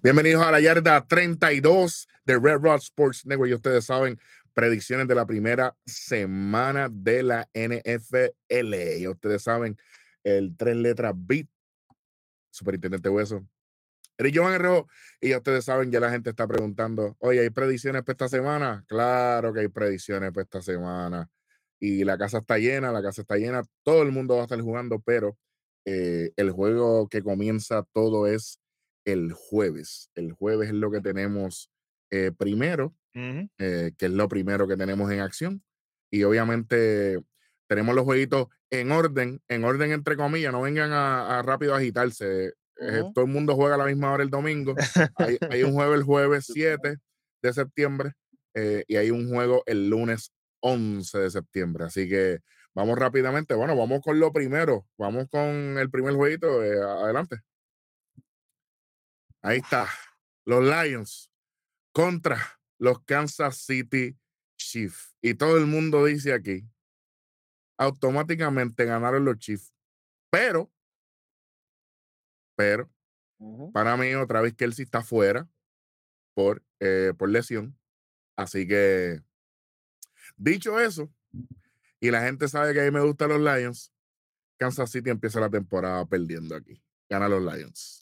Bienvenidos a la yarda 32 de Red Rod Sports Network. Y ustedes saben, predicciones de la primera semana de la NFL. Y ustedes saben, el tres letras beat, Superintendente Hueso. Eric Jovan Herrero, y ya ustedes saben, ya la gente está preguntando, oye, ¿hay predicciones para esta semana? Claro que hay predicciones para esta semana. Y la casa está llena, todo el mundo va a estar jugando, pero el juego que comienza todo es el jueves. El jueves es lo que tenemos primero, que es lo primero que tenemos en acción. Y obviamente tenemos los jueguitos en orden entre comillas, no vengan a rápido agitarse. Todo el mundo juega a la misma hora el domingo. Hay un juego el jueves 7 de septiembre y hay un juego el lunes 11 de septiembre. Así que vamos rápidamente. Bueno, vamos con lo primero. Vamos con el primer jueguito. Adelante. Ahí está. Los Lions contra los Kansas City Chiefs. Y todo el mundo dice aquí, automáticamente ganaron los Chiefs. Pero, para mí otra vez Kelsey está fuera por lesión. Así que, dicho eso, y la gente sabe que a mí me gustan los Lions, Kansas City empieza la temporada perdiendo aquí. Gana los Lions.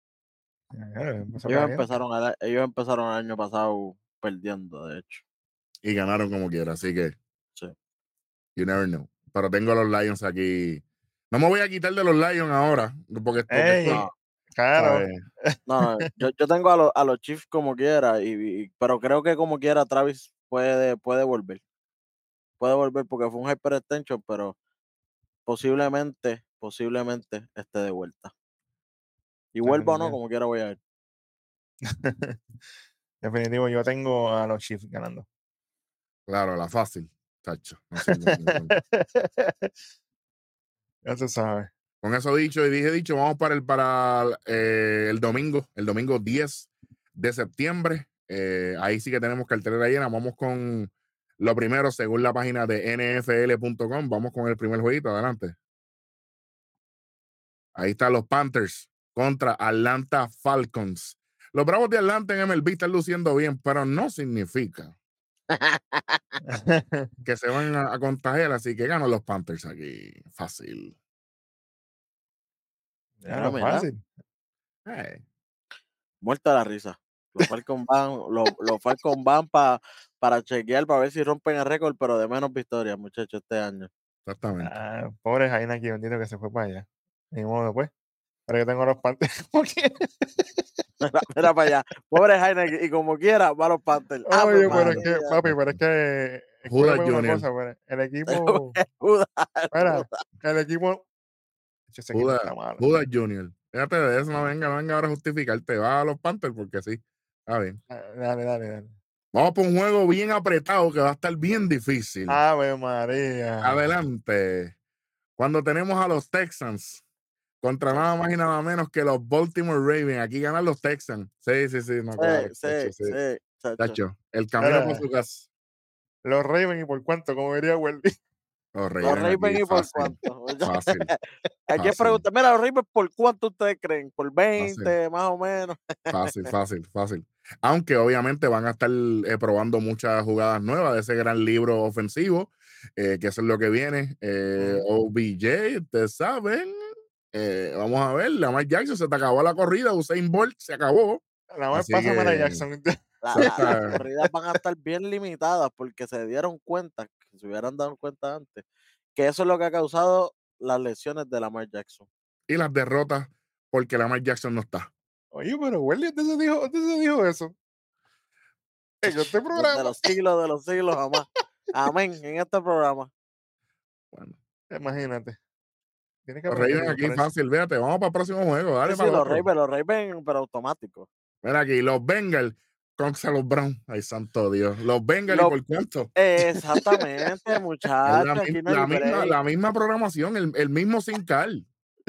Ellos empezaron el año pasado perdiendo, de hecho. Y ganaron como quiera, así que Sí. you never know. Pero tengo a los Lions aquí. No me voy a quitar de los Lions ahora, porque claro. No, yo tengo a los Chiefs como quiera, pero creo que como quiera Travis puede volver. Puede volver porque fue un hyperextension, pero posiblemente esté de vuelta. Y vuelva o no, como quiera voy a ver. Definitivo, yo tengo a los Chiefs ganando. Claro, la fácil, tacho. No ya se sabe. Con eso dicho, vamos para el domingo 10 de septiembre. Ahí sí que tenemos cartelera llena. Vamos con lo primero, según la página de nfl.com. Vamos con el primer jueguito, adelante. Ahí están los Panthers contra Atlanta Falcons. Los Bravos de Atlanta en MLB están luciendo bien, pero no significa que se van a contagiar, así que ganan los Panthers aquí. Fácil. Claro, fácil. Muerta la risa. Los Falcons van para chequear, para ver si rompen el récord, pero de menos victorias, muchachos, este año. Exactamente. Pobre Jaina aquí, bendito que se fue para allá. Ni modo, pues. Pero yo tengo los Panthers. Mira para allá. Pobre Jaina, y como quiera, va a los Panthers. Oye, pero es que, papi, pero es que. Judas Escúchame una cosa, pero el equipo. El equipo. Judas Junior. Fíjate de eso, no venga ahora a justificarte. Va a los Panthers porque sí. Está bien. Dale. Vamos por un juego bien apretado que va a estar bien difícil. Ave María. Adelante. Cuando tenemos a los Texans contra nada más y nada menos que los Baltimore Ravens. Aquí ganan los Texans. Sí. No, claro. Sí. Tacho, el camino por su casa. Los Ravens, ¿y por cuánto? Como diría Welby. Los Ravens, ¿y por cuánto? Fácil. Aquí pregunta, mira, los Ravens, ¿por cuánto ustedes creen? ¿Por 20, fácil. más o menos? Fácil. Aunque obviamente van a estar probando muchas jugadas nuevas de ese gran libro ofensivo, que eso es lo que viene. OBJ, ustedes saben. Vamos a ver, Lamar Jackson se te acabó la corrida, Usain Bolt se acabó. La más pasa a Jackson. Las corridas van a estar bien limitadas porque se dieron cuenta, que se hubieran dado cuenta antes, que eso es lo que ha causado las lesiones de Lamar Jackson. Y las derrotas porque Lamar Jackson no está. Oye, pero Welly, ¿usted se dijo eso? En este programa. De los siglos, jamás. Amén, en este programa. Bueno. Imagínate. Los Ravens aquí fácil, véate, vamos para el próximo juego. Dale para los Ravens, pero automático. Mira aquí, los Bengals contra los Browns. Ay, santo Dios. Los Bengals, ¿y por cuánto? Exactamente, muchachos. La misma programación, el mismo sin cal.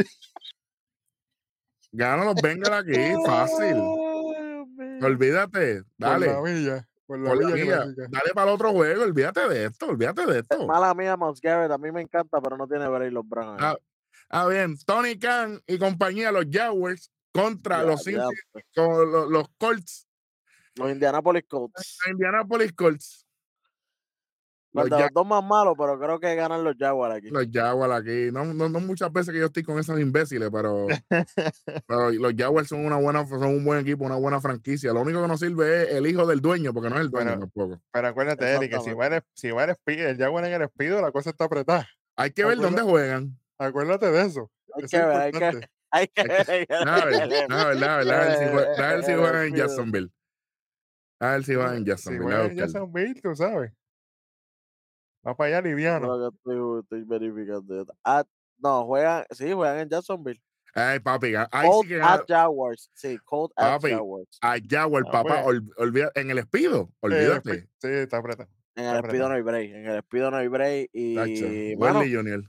Ganan los Bengals aquí, fácil. Olvídate, dale. Por la villa. Dale para el otro juego, olvídate de esto. Mala mía, Myles Garrett, a mí me encanta, pero no tiene break los Browns. Bien, Tony Khan y compañía, los Jaguars, contra Ya, los, ya, con los Colts, los Indianapolis los Colts. Indianapolis Colts. Pues de los dos más malos, pero creo que ganan los Jaguars aquí. Los Jaguars aquí. No muchas veces que yo estoy con esos imbéciles, pero los Jaguars son un buen equipo, una buena franquicia. Lo único que nos sirve es el hijo del dueño, porque no es el dueño tampoco. Pero acuérdate, Eric, que si va el Jaguar en el Speedo, la cosa está apretada. Hay que ver dónde juegan. Acuérdate de eso. Hay que ver. A ver si juegan en Jacksonville. A ver si juegan en Jacksonville. Si juegan en Jacksonville, tú sabes. Va para allá liviano. Estoy verificando. No, juegan en Jacksonville. Ay, papi, ahí Colt sí que at Jaguars. Sí, Colt at papi, Jaguars. a Jaguar, papá, olvida, en el Speedo, olvídate. Sí, está apretado. En el Speedo no hay break. En el Speedo no hay break. Y Wesley Junior.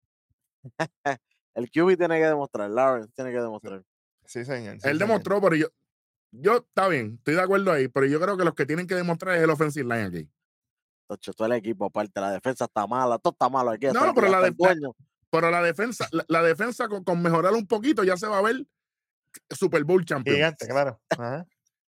el QB tiene que demostrar. Lawrence tiene que demostrar. Sí, señor. Él demostró, pero yo está bien, estoy de acuerdo ahí, pero yo creo que los que tienen que demostrar es el offensive line aquí. Todo el equipo, aparte, la defensa está mala, todo está malo aquí. No, pero la defensa con mejorar un poquito ya se va a ver Super Bowl champion. Gigante, claro. Ajá.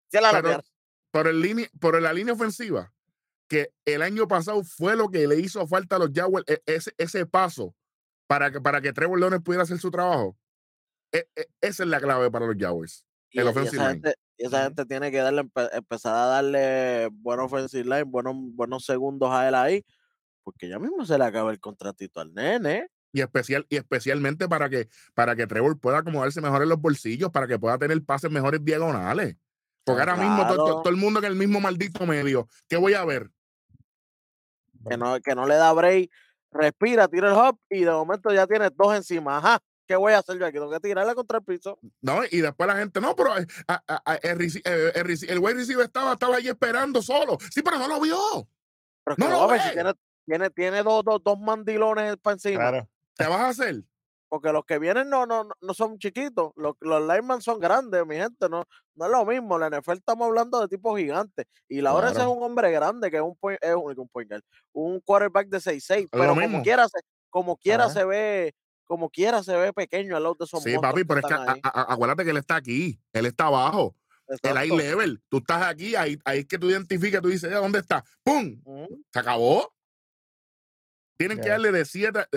Pero la línea ofensiva, que el año pasado fue lo que le hizo falta a los Jaguars, ese paso para que Trevor Lawrence pudiera hacer su trabajo. Esa es la clave para los Jaguars. El offensive line. Esa gente tiene que empezar a darle buenos offensive line, buenos segundos a él ahí, porque ya mismo se le acaba el contratito al nene. Y especialmente para que Trevor pueda acomodarse mejor en los bolsillos, para que pueda tener pases mejores diagonales. Porque ahora mismo todo el mundo en el mismo maldito medio. ¿Qué voy a ver? Que no le da break, respira, tira el hop y de momento ya tienes dos encima. Ajá, ¿qué voy a hacer yo aquí? Tengo que tirarle contra el piso. No, y después la gente, no, pero el wide receiver estaba ahí esperando solo. Sí, pero no lo vio. Pero no lo ve. Si tiene dos mandilones para encima. Claro. ¿Qué vas a hacer? Porque los que vienen no son chiquitos. Los linemen son grandes, mi gente. No es lo mismo. La NFL estamos hablando de tipos gigantes. Y Lawrence es un hombre grande, que es un quarterback de 6'6". Pero como quiera se ve pequeño al lado de esos monstruos. Sí, papi, pero es que acuérdate que él está aquí. Él está abajo. Exacto. El eye level. Tú estás aquí, ahí es que tú identificas, tú dices, ¿dónde está? ¡Pum! Se acabó. Tienen que darle de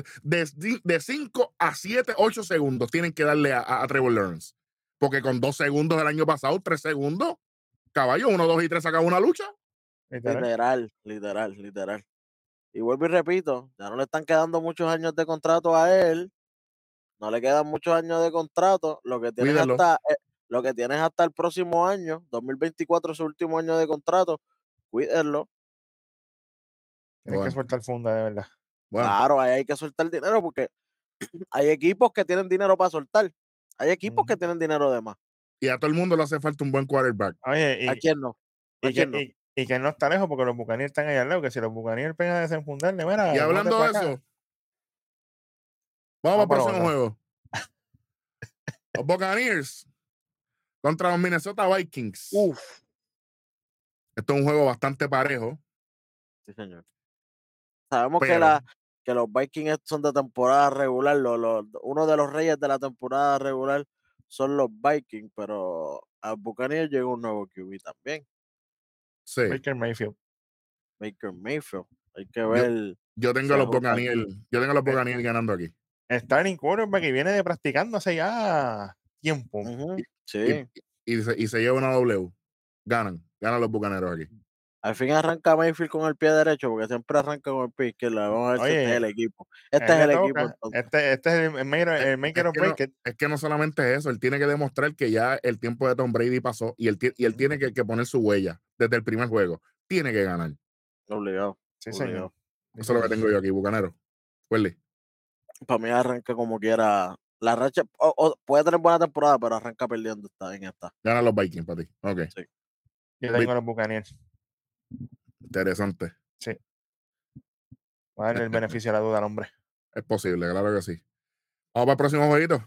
5 a 7, 8 segundos. Tienen que darle a Trevor Lawrence. Porque con 2 segundos del año pasado, 3 segundos, caballo, 1, 2 y 3 sacaba una lucha. Literal. Y vuelvo y repito, ya no le están quedando muchos años de contrato a él. No le quedan muchos años de contrato. Lo que tienes hasta el próximo año, 2024, su último año de contrato. Cuídenlo. Tienes que soltar funda, de verdad. Bueno. Claro, ahí hay que soltar dinero porque hay equipos que tienen dinero para soltar. Hay equipos que tienen dinero de más. Y a todo el mundo le hace falta un buen quarterback. Oye, ¿a quién no? Y que no está lejos porque los Buccaneers están allá al lado. Que si los Buccaneers pegan a desenfundarle, mira. Y hablando de eso, vamos al próximo juego. Los Buccaneers contra los Minnesota Vikings. Esto es un juego bastante parejo. Sí, señor. Sabemos que los Vikings son de temporada regular. Uno de los reyes de la temporada regular son los Vikings, pero a Buccaneers llegó un nuevo QB también. Sí. Baker Mayfield. Hay que ver. Yo tengo a los Buccaneers ganando aquí. Starting quarterback que viene practicando hace ya tiempo. Sí. Y se lleva una W. Ganan los Bucaneros aquí. Al fin arranca Mayfield con el pie derecho, porque siempre arranca con el pie izquierdo. Vamos a ver si este es el equipo. Este es el equipo. Este es el maker of break. Es que no solamente es eso, él tiene que demostrar que ya el tiempo de Tom Brady pasó y él tiene que poner su huella desde el primer juego. Tiene que ganar. Obligado. Sí, señor. Eso es lo que tengo yo aquí, Bucanero. Huele. Para mí arranca como quiera. La racha puede tener buena temporada, pero arranca perdiendo en esta. Gana los Vikings para ti. Ok. Sí. Yo tengo a los Buccaneers. Interesante. Sí. Voy a darle el beneficio de la duda al hombre. Es posible, claro que sí. Vamos para el próximo jueguito.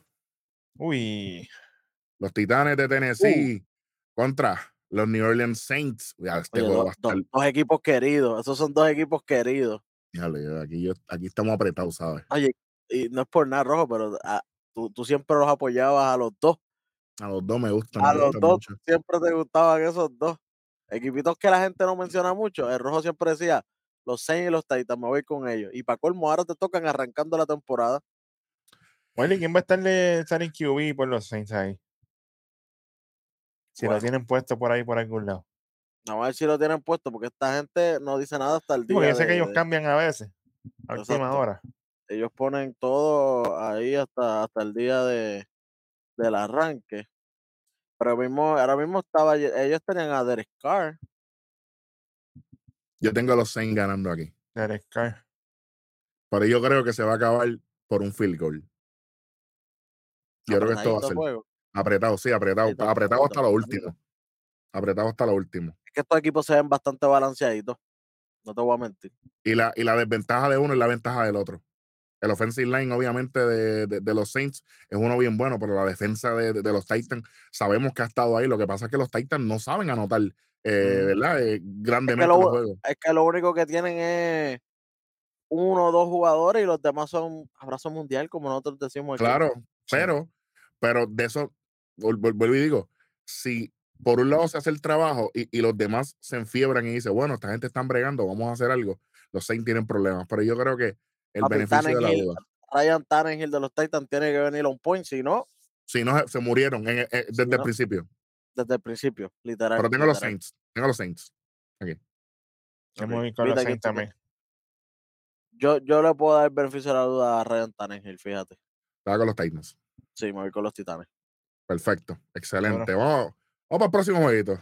Uy. Los Titanes de Tennessee contra los New Orleans Saints. Dos equipos queridos. Esos son dos equipos queridos. Aquí estamos apretados, ¿sabes? Oye, y no es por nada, Rojo, pero tú siempre los apoyabas a los dos. A los dos me gustan, A me los gustan dos mucho. siempre te gustaban esos dos. Equipitos que la gente no menciona mucho. El Rojo siempre decía, los Saints y los Titans, me voy con ellos. Y para colmo, ahora te tocan arrancando la temporada. Oye, ¿quién va a estar de starting QB por los Saints ahí? Si lo Bueno, tienen puesto por ahí, por algún lado. vamos a ver si lo tienen puesto, porque esta gente no dice nada hasta el Sí, porque día yo sé que ellos cambian a veces, a última Exacto. hora. Ellos ponen todo ahí hasta el día del arranque. Pero ahora mismo ellos tenían a Derek Carr. Yo tengo a los Saints ganando aquí. Derek Carr. Pero yo creo que se va a acabar por un field goal. Yo creo que esto va a Apretadito el ser juego. apretado, sí, apretado. Apretado hasta lo Tempranito. último. Apretado hasta lo último. Es que estos equipos se ven bastante balanceaditos. No te voy a mentir. Y la desventaja de uno es la ventaja del otro. El offensive line, obviamente, de los Saints es uno bien bueno, pero la defensa de los Titans sabemos que ha estado ahí. Lo que pasa es que los Titans no saben anotar, ¿verdad? Grandemente los juegos. Es que lo único que tienen es uno o dos jugadores y los demás son abrazo mundial, como nosotros decimos aquí. Claro, Sí. pero de eso, vuelvo y digo, si por un lado se hace el trabajo y los demás se enfiebran y dicen, bueno, esta gente está bregando, vamos a hacer algo, los Saints tienen problemas. Pero yo creo que el Papi, beneficio de la duda. Ryan Tannehill de los Titans tiene que venir a un point, si no, Si no, se murieron desde el no, principio. desde el principio, literal. Pero tengo los Saints. Tengo los Saints. Aquí. Yo Ok. me voy con los Viste, Saints también. yo le puedo dar el beneficio de la duda a Ryan Tannehill, fíjate. Estaba con los Titans. Sí, me voy con los Titanes. Perfecto. Excelente. Bueno. Vamos para el próximo jueguito.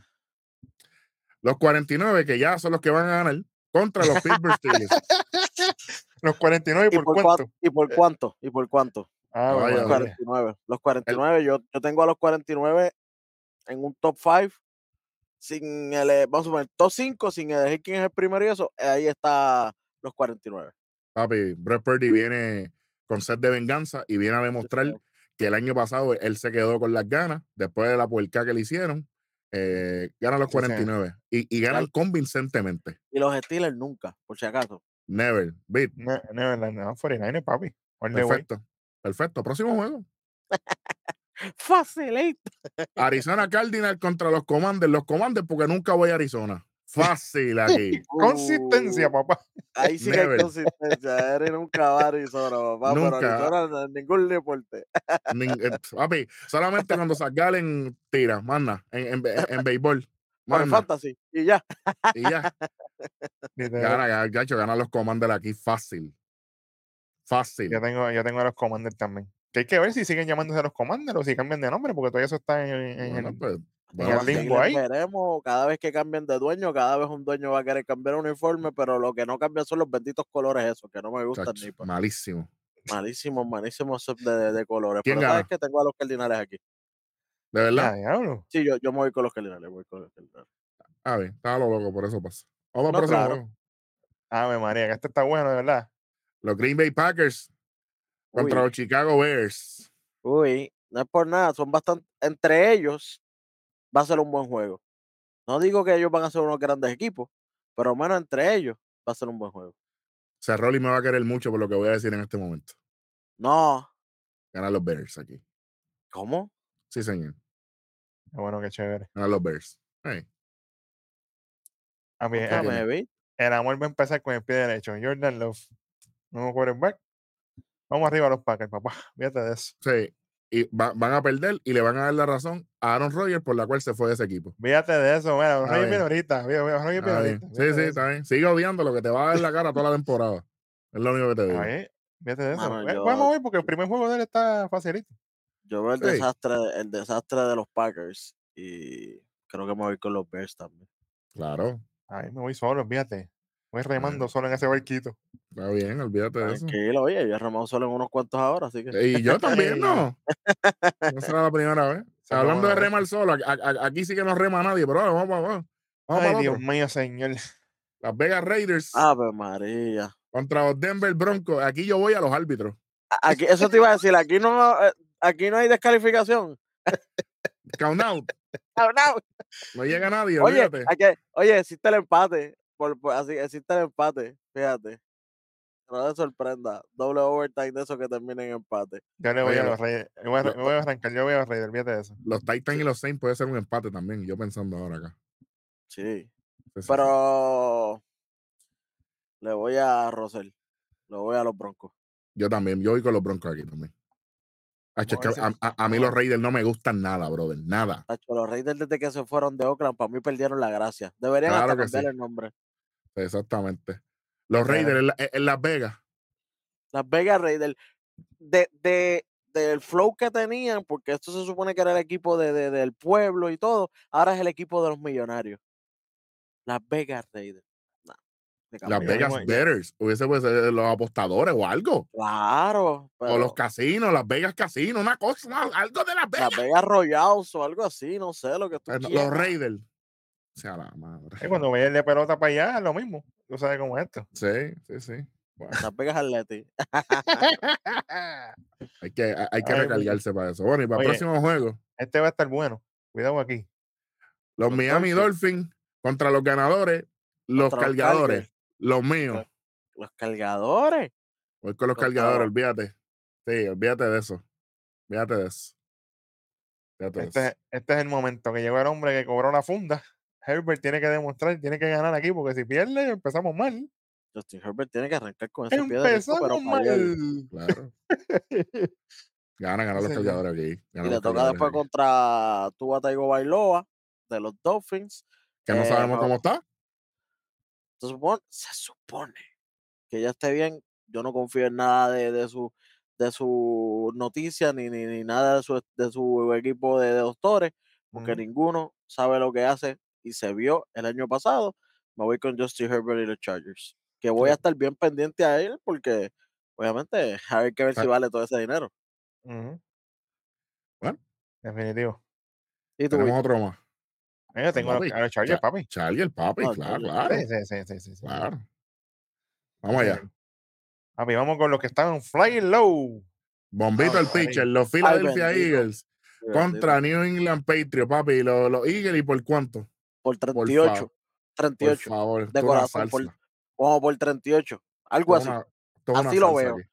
Los 49, que ya son los que van a ganar, contra los Pittsburgh Steelers. Los 49, ¿y por cuánto? ¿Y por cuánto? ¿Y por cuánto? Ah, Caballo, bueno, Los María. 49. Los El- 49, yo tengo a los 49 en un top 5, sin vamos a poner top 5, sin elegir quién es el primero y eso, ahí está los 49. Papi, Brett Purdy viene con sed de venganza y viene a demostrar que el año pasado él se quedó con las ganas después de la puerca que le hicieron. Gana los Sí, 49 y ganan convincentemente. Y los Steelers nunca, por si acaso. Never beat. No, 49, papi. All the way. Perfecto. Perfecto. Próximo juego. Facilito. Arizona Cardinals contra los Commanders. Los Commanders porque nunca voy a Arizona. Fácil aquí. Consistencia, papá. Ahí sí que hay Never. consistencia. Eres nunca va a Arizona, papá. Pero Nunca. Arizona en ningún deporte. Papi, solamente cuando Galen tira, manda, en béisbol. Para el Manda. fantasy. Y ya. Y ya. Literal. Gana los Commanders aquí fácil. Fácil. Yo tengo a los Commanders también. Que hay que ver si siguen llamándose a los Commanders o si cambian de nombre, porque todavía eso está Bueno, pues, en bueno, el Los limbo Steelers ahí. veremos. Cada vez que cambien de dueño, cada vez un dueño va a querer cambiar el uniforme, pero lo que no cambia son los benditos colores esos, que no me gustan chacho, ni pa. malísimo. Malísimos esos de colores. ¿Quién Pero sabes gana? que tengo a los Cardinales aquí. ¿De verdad? Ya, diablo. Sí, yo me voy con los Cardinales. Voy con los Cardinales. A ver, estaba lo loco, por eso pasa. Vamos al No, próximo claro. juego. Ave María, que este está bueno, de verdad. Los Green Bay Packers contra Uy, los Chicago Bears. uy, no es por nada. Son bastante. Entre ellos va a ser un buen juego. No digo que ellos van a ser unos grandes equipos, pero menos entre ellos va a ser un buen juego. Cerroli me va a querer mucho por lo que voy a decir en este momento. No, Ganan los Bears aquí. ¿cómo? Sí, señor. Qué bueno, qué chévere. Ganan los Bears. Hey, A mí, ¿qué tiene? el amor va a empezar con el pie derecho. Jordan Love. No quarterback. Vamos arriba a los Packers, papá. Fíjate de eso. Sí. Y van a perder y le van a dar la razón a Aaron Rodgers por la cual se fue de ese equipo. Fíjate de eso, mira. Está Roger viene bien. ahorita. Roger viene Está bien. ahorita. Sí, sí, está bien. Sigue odiando lo que te va a dar en la cara toda la temporada. Es lo único que te digo. Fíjate de eso. Mano, Vamos a ver porque el primer juego de él está facilito. yo veo Sí. el desastre de los Packers y creo que me voy con los Bears también. Claro. Ahí me voy solo, fíjate. Voy remando solo en ese barquito. Está bien, olvídate de eso. Tranquilo, oye, yo he remado solo en unos cuantos ahora, así que. Y yo también, Ey. ¿no? No será la primera vez. Eso es lo Hablando bueno de de remar esto. solo, aquí sí que no rema nadie, pero vamos Ay, para el Dios otro. mío, señor. Las Vegas Raiders Ave María. contra los Denver Broncos. Aquí yo voy a los árbitros. Aquí, eso te iba a decir, aquí no hay descalificación. Count out. No, no. No llega nadie, Oye, olvídate. oye, existe el empate. Así existe el empate, fíjate. No te sorprenda. Doble overtime de eso que termina en empate. Yo le voy Oye, a los Raiders. Me voy a arrancar, yo voy a los Raiders, olvídate de eso. los Titans Sí. y los Saints puede ser un empate también, yo pensando ahora acá. Sí. Sí, sí, sí. Pero le voy a Russell. Le voy a los Broncos. Yo también, yo voy con los Broncos aquí también. Hacho, es Vamos que a ver si- a mí los Raiders no me gustan nada, brother, nada. Tacho, los Raiders desde que se fueron de Oakland, para mí perdieron la gracia. Deberían Claro hasta que sí, cambiar el nombre. exactamente. Los Literal. Raiders en Las Vegas. Las Vegas Raiders. Del flow que tenían, porque esto se supone que era el equipo del pueblo y todo, ahora es el equipo de los millonarios. Las Vegas Raiders. Nah, se Las cambió. Vegas Betters, hubiese pues los apostadores o algo. Claro, O los pero casinos, Las Vegas Casinos, una cosa, algo de Las Las Vegas. Vegas Royals o algo así, no sé, lo que tú Los quieras. Raiders. O sea, la madre. Cuando vayas de pelota para allá, es lo mismo. Tú sabes cómo es esto. Sí, sí, sí. Bueno, Las Vegas Athletic. hay que Ay, mira. recargarse para eso. Bueno, y para el Oye, próximo juego, este va a estar bueno. Cuidado aquí. los Los Miami Dolphins contra los ganadores, los Contra los cargadores, Chargers. los míos. Los cargadores. Voy con los Contra cargadores, los- olvídate. Sí, olvídate de eso. Olvídate de eso. Olvídate de eso. Este es el momento que llegó el hombre que cobró la funda. Herbert tiene que demostrar, tiene que ganar aquí, porque si pierde, empezamos mal. Justin Herbert tiene que arrancar con ese pie derecho, pero Empezamos para ayer. mal. Claro. Ganan Sí, los señor. cargadores aquí. Y Ganan le los toca cargadores después aquí. contra Tua Tagovailoa de los Dolphins. Que no sabemos cómo está. Se supone que ya esté bien. Yo no confío en nada de su noticia ni nada de su equipo de doctores, porque Ujú. ninguno sabe lo que hace y se vio el año pasado. Me voy con Justin Herbert y los Chargers, que voy a estar bien pendiente a él porque obviamente hay que ver si vale todo ese dinero. Ujú. Bueno, Definitivo. ¿Y tú, tenemos Víctor? otro más. Yo tengo Papi, a los Chargers, papi. Charlie, el papi, No, claro, Chargers. claro. Sí. Claro. Vamos allá. Papi, vamos con los que estaban flying low. Bombito el pitcher, los Ay, Philadelphia bendito. Eagles contra New England Patriots, papi. Los Eagles, ¿y por cuánto? Por Por 38. 38. favor, De esto es una corazón. salsa. Como por 38. Algo Esto así. es una Así lo salsa veo. aquí.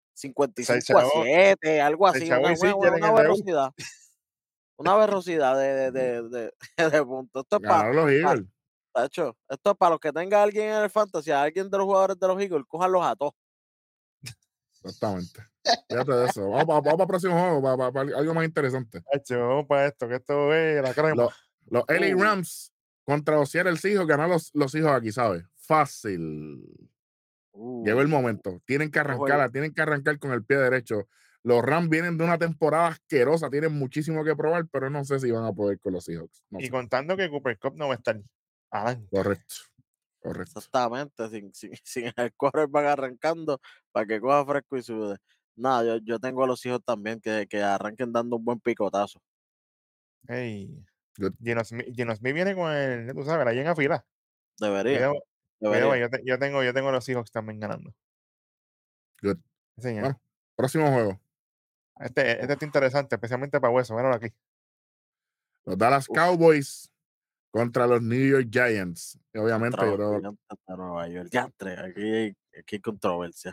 55-7, algo Se así. chavó y Singer en Una el debut. velocidad. Una velocidad de puntos. Esto es para. Ganaron los Eagles. Tacho, esto es para los que tenga alguien en el fantasy, alguien de los jugadores de los Eagles, cójanlos a todos. Exactamente. Fíjate de eso. Vamos para el próximo juego, para algo más interesante. Hacho, vamos para esto, que esto es la crema. Los LA Rams contra los Seattle Seahawks, ganaron los Seahawks aquí, ¿sabes? Fácil. Llegó el momento. Tienen que arrancar con el pie derecho. Los Rams vienen de una temporada asquerosa, tienen muchísimo que probar, pero no sé si van a poder con los Seahawks. No Y sé. contando que Cooper Cup no va a estar adelante. Correcto. Exactamente, sin el quarterback arrancando para que coja fresco y sude. Nada, yo tengo a los hijos también que arranquen dando un buen picotazo. Hey. Good. Geno Smith viene con el, tú sabes, la llena fila. Debería. Cuidado, yo tengo a los Seahawks también ganando. Good. Señor. Bueno, próximo juego. Este está interesante, especialmente para Hueso. Míralo aquí. Los Dallas Cowboys contra los New York Giants. Y obviamente, Contra yo los creo, Gigantes de Nueva York. Diantre, aquí hay controversia.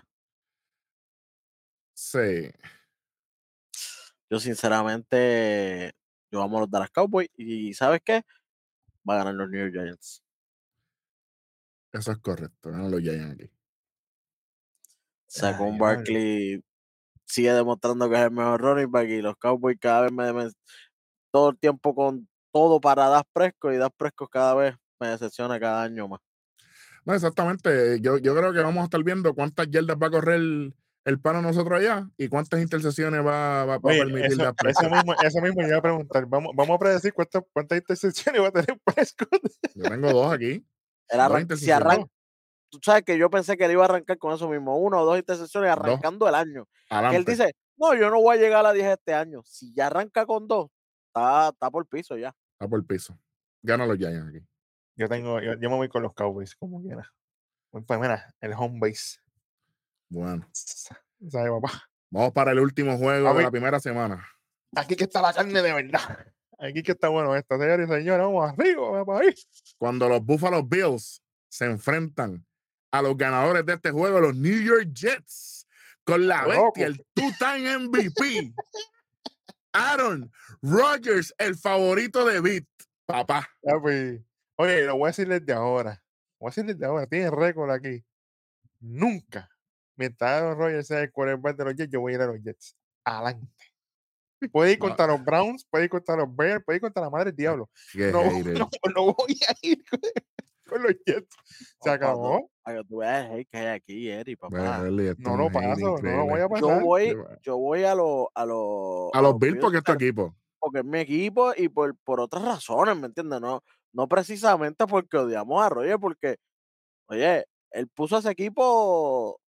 sí. Yo sinceramente, yo amo a los Dallas Cowboys y ¿sabes qué? Va a ganar los New York Giants. Eso es correcto. Ganan los Giants aquí. Saquon Barkley sigue demostrando que es el mejor running back y los Cowboys cada vez todo el tiempo con todo para Dak Prescott y Dak Prescott cada vez me decepciona cada año más. No, exactamente. Yo creo que vamos a estar viendo cuántas yardas va a correr el pano nosotros allá y cuántas intercepciones va a permitir Dak Prescott. Eso mismo iba a preguntar. Vamos a predecir cuántas intercepciones va a tener Prescott. Yo tengo dos aquí. Si arranca, tú sabes que yo pensé que él iba a arrancar con eso mismo, 1 o 2 intercepciones arrancando el año. Que él dice, no, yo no voy a llegar a 10 este año. Si ya arranca con 2, está por piso ya. Está por piso. Gana los Giants aquí. Yo me voy con los Cowboys, como quiera. Pues mira, el home base. Bueno. ¿Sabe, papá? Vamos para el último juego de la primera semana. Aquí que está la carne de verdad. Aquí que está bueno esto, señores y señores. Vamos arriba, país. Cuando los Buffalo Bills se enfrentan a los ganadores de este juego, los New York Jets, con la Loco. bestia, el two-time MVP, Aaron Rodgers, el favorito de Beat, papá. Papi. Oye, lo voy a decir desde ahora. Tiene récord aquí. Nunca, mientras Aaron Rodgers sea el quarterback de los Jets, yo voy a ir a los Jets. Adelante. Puede ir No. contra los Browns, puede ir contra los Bears, puede ir contra la madre del diablo. Qué No, hater. no voy a ir con los Jets. Se Opa, acabó. Para que tú veas el hate que hay aquí, Eri, papá. Really, esto No es lo un hate paso, no lo increíble. voy a Yo pasar. voy a los A los Bills porque es tu equipo. porque es mi equipo y por otras razones, ¿me entiendes? No precisamente porque odiamos a Roger, porque, oye, él puso a ese equipo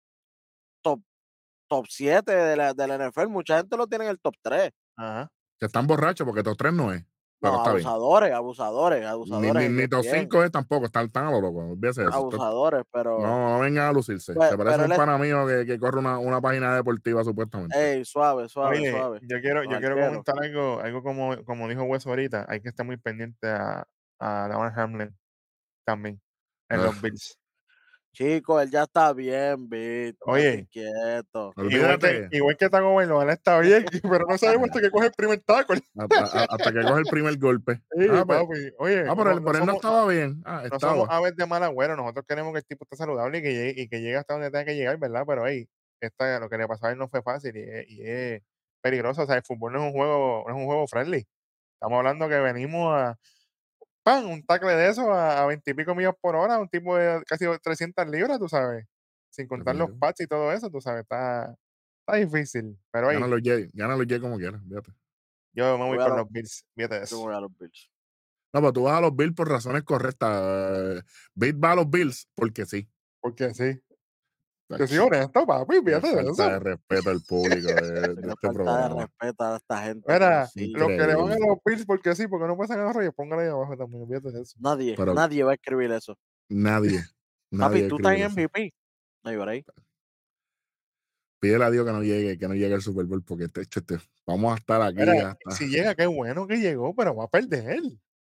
top 7 de la NFL. Mucha gente lo tiene en el top 3. Ajá. Que están borrachos porque top 3 no es. Pero No, está bien. abusadores Ni en top ESPN. 5 es tampoco. Están tan a lo loco. Olvídese de eso. Abusadores, pero. No vengan a lucirse. Pues, Se parece pero a él un es- pana mío que corre una página deportiva supuestamente. Ey, suave. Oye, yo quiero Los arqueros. comentar algo como dijo Wes ahorita. Hay que estar muy pendiente a Damar Hamlin también en los Ugh. Bills. Chicos, él ya está bien, Vic. Oye, Quieto. Olvídate. Igual que Tagovailoa, él está bien, pero no sabemos hasta que coge el primer tackle. Hasta que coge el primer golpe. Sí, Pues, papi. Oye, pero él no estaba bien. no somos Estaba. aves de mal agüero. Nosotros queremos que el tipo esté saludable y que llegue hasta donde tenga que llegar, ¿verdad? Pero hey, lo que le pasó a él no fue fácil y es peligroso. O sea, el fútbol no es un juego friendly. Estamos hablando que venimos a ¡pam! Un tackle de eso a 20 y pico millas por hora, un tipo de casi 300 libras, tú sabes. Sin contar los Definitivo. pads y todo eso, tú sabes, está difícil. Pero Gana hey, los Jets como quieras. Fíjate. yo me voy Voy a con los- los Bills. Fíjate de Yo eso. voy a los Bills. No, pero tú vas a los Bills por razones correctas. Beat va a los Bills porque sí. Porque sí. Tacho, Que soy honesto, papi, qué fíjate de falta de eso. respeto al público de Qué este falta de programa. respeto a esta gente. Mira, sí. los que le van a Increíble. los Bills porque sí, porque no pasan a Reyes, póngale ahí abajo también, fíjate de eso. Pero Nadie va a escribir eso. nadie Papi, tú estás escribe en eso. MVP. No hay por ahí. Pídele a Dios que no llegue el Super Bowl porque vamos a estar aquí Mira, hasta. si llega, qué bueno que llegó, pero va a perder.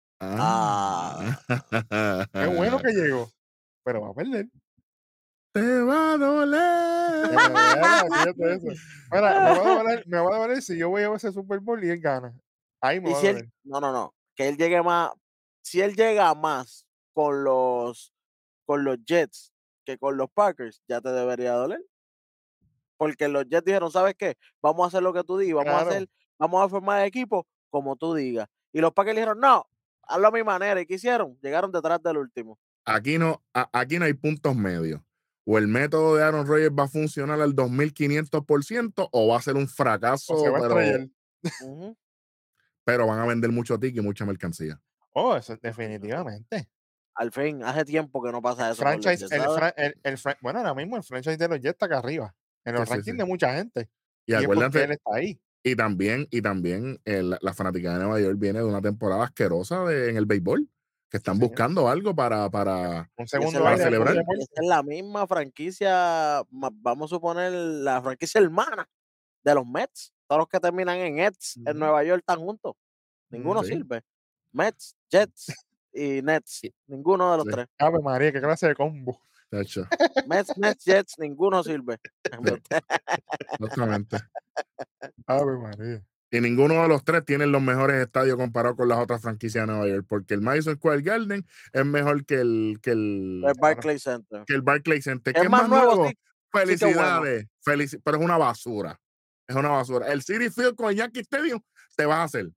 Qué bueno que llegó, pero va a perder. Te va a doler. Que me duela, fíjate de eso. Mira, me va a doler si yo voy a ese Super Bowl y él gana. Ahí me Y va a si él, doler. no, que él llegue más, si él llega más con los Jets que con los Packers, ya te debería doler. Porque los Jets dijeron, ¿sabes qué? Vamos a hacer lo que tú digas, Claro. vamos a formar el equipo como tú digas. Y los Packers dijeron, no, hazlo a mi manera. ¿Y qué hicieron? Llegaron detrás del último. Aquí no hay puntos medios. O el método de Aaron Rodgers va a funcionar al 2500% o va a ser un O se fracaso, va a estrellar. Ujú. pero van a vender mucho ticket y mucha mercancía. Oh, eso definitivamente. Al fin, hace tiempo que no pasa eso con los Franchise, Jets, ¿sabes? bueno, ahora mismo el franchise de los Jets está acá arriba. En los Sí, rankings sí. de mucha gente. Y Y es porque acuérdense, él está ahí. y también la fanática de Nueva York viene de una temporada asquerosa en el béisbol, que están señor. buscando algo para Un Y esa segundo es la para aire al celebrar. deporte. esa es la misma franquicia, vamos a suponer la franquicia hermana de los Mets. Todos los que terminan en Eds en Ujú. Nueva York están juntos. Ninguno Sí. sirve. Mets, Jets y Nets. Ninguno de los Sí. tres. Ave María, qué clase de combo. Tacho, Mets, Jets, ninguno sirve. exactamente. Ave María. Y ninguno de los tres tienen los mejores estadios comparados con las otras franquicias de Nueva York, porque el Madison Square Garden es mejor que El Barclays Center. el Barclays Center, Es que es más más nuevo, nuevo. sí que bueno. Felicidades, pero es una basura. Es una basura. El City Field con el Yankee Stadium te vas a hacer.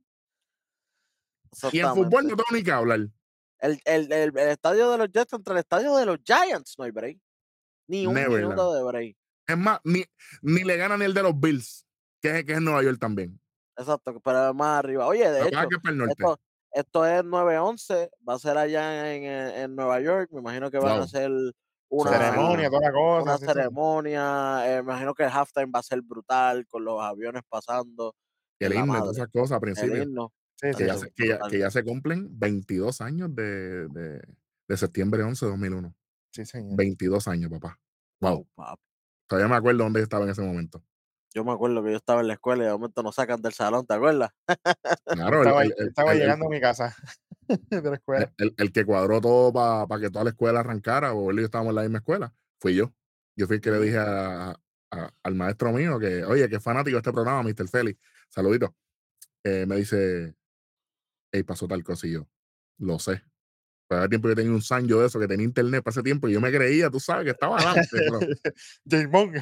Y en fútbol no tengo ni que hablar. El estadio de los Jets entre el estadio de los Giants no hay break. Ni un Neverland. minuto de break. Es más, ni le ganan el de los Bills, que es en Nueva York también. Exacto, pero más arriba. Oye, de hecho, Que es para el norte. esto es 9-11, va a ser allá en Nueva York. Me imagino que van a hacer una ceremonia, toda la cosa. una sí. ceremonia. Me imagino que el halftime va a ser brutal con los aviones pasando. El en la himno y madre. todas esas cosas al El principio. himno. Sí, Que, sí, que ya se cumplen 22 años de septiembre 11 de 2001. Sí, señor. 22 años, papá. Wow. Papi. Todavía me acuerdo dónde estaba en ese momento. Yo me acuerdo que yo estaba en la escuela y de momento nos sacan del salón, ¿te acuerdas? Claro, Estaba llegando a mi casa de la escuela. el que cuadró todo para que toda la escuela arrancara, o él y yo estábamos en la misma escuela, fui yo. Yo fui el que le Ujú. dije al maestro mío que, oye, que es fanático de este programa, Mr. Félix, saludito. Me dice, hey, pasó tal cosa y yo, lo sé. Para el tiempo yo tenía un Sanyo de eso, que tenía internet para ese tiempo y yo me creía, tú sabes, que estaba adelante, bro. James Bond.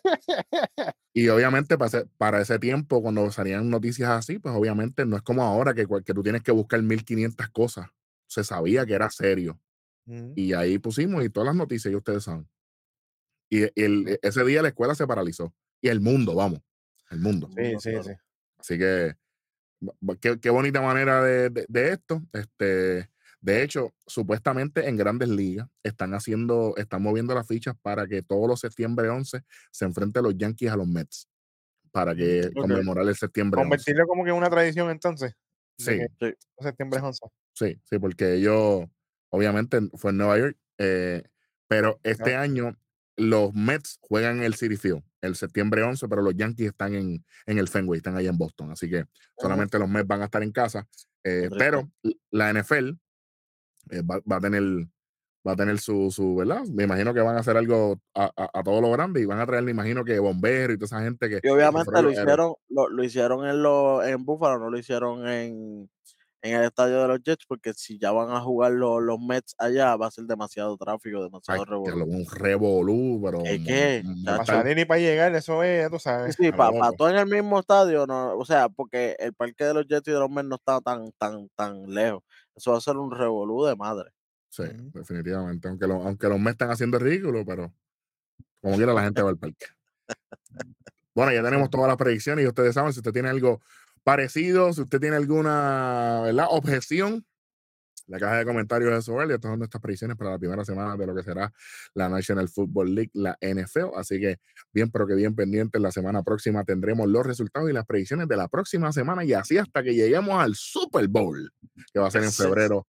Y obviamente para ese tiempo, cuando salían noticias así, pues obviamente no es como ahora que tú tienes que buscar 1500 cosas. Se sabía que era serio. Ujú. Y ahí pusimos y todas las noticias, ya ustedes saben. Y ese día la escuela se paralizó. Y el mundo, vamos, el mundo. Sí, sí, sí. Así que qué bonita manera de esto. De hecho, supuestamente en Grandes Ligas están moviendo las fichas para que todos los septiembre 11 se enfrenten los Yankees a los Mets para que Ok. conmemorar el septiembre 11. Convertirlo como que en una tradición entonces, de que Sí, Sí. septiembre es 11. sí, porque ellos, obviamente, fue en Nueva York, pero este Claro. año los Mets juegan en el Citi Field el septiembre 11, pero los Yankees están en el Fenway, están allá en Boston, así que Ujú. solamente los Mets van a estar en casa, Qué triste. pero la NFL va a tener su, ¿verdad? Me imagino que van a hacer algo a todo lo grande y van a traer, me imagino que bomberos y toda esa gente que Y obviamente fueron lo los héroes. hicieron, lo hicieron en Buffalo, no lo hicieron en el estadio de los Jets, porque si ya van a jugar los Mets allá, va a ser demasiado tráfico, Ay, demasiado ya revolú. lo un revolú, pero ¿Es qué, Para chacho? mortal. salir y para llegar, eso es, ya tú Sí, sabes. sí, A lo para loco. todo en el mismo estadio, no, o sea, porque el parque de los Jets y de los Mets no está tan lejos. Eso va a ser un revolú de madre. Sí, Ujú. definitivamente. Aunque los Mets están haciendo el ridículo, pero como quiera la gente va al parque. Bueno, ya tenemos todas las predicciones y ustedes saben, si usted tiene algo parecido, si usted tiene alguna, ¿verdad?, objeción, la caja de comentarios de Sober, y estas son nuestras predicciones para la primera semana de lo que será la National Football League, la NFL. Así que bien, pero que bien pendientes. La semana próxima tendremos los resultados y las predicciones de la próxima semana y así hasta que lleguemos al Super Bowl, que va a ser en Yes. febrero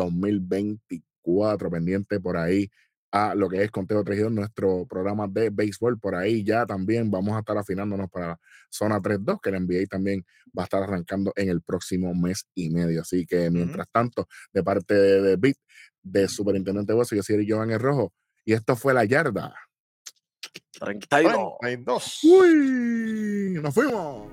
2024. Pendiente por ahí a lo que es Conteo 3 y 2, nuestro programa de béisbol. Por ahí ya también vamos a estar afinándonos para Zona 3-2, que la NBA también va a estar arrancando en el próximo mes y medio. Así que Ujú. mientras tanto, de parte de Bit, de Superintendente Hueso, yo soy Joan El Rojo, y esto fue La Yarda. 32. 32. ¡Uy! ¡Nos fuimos!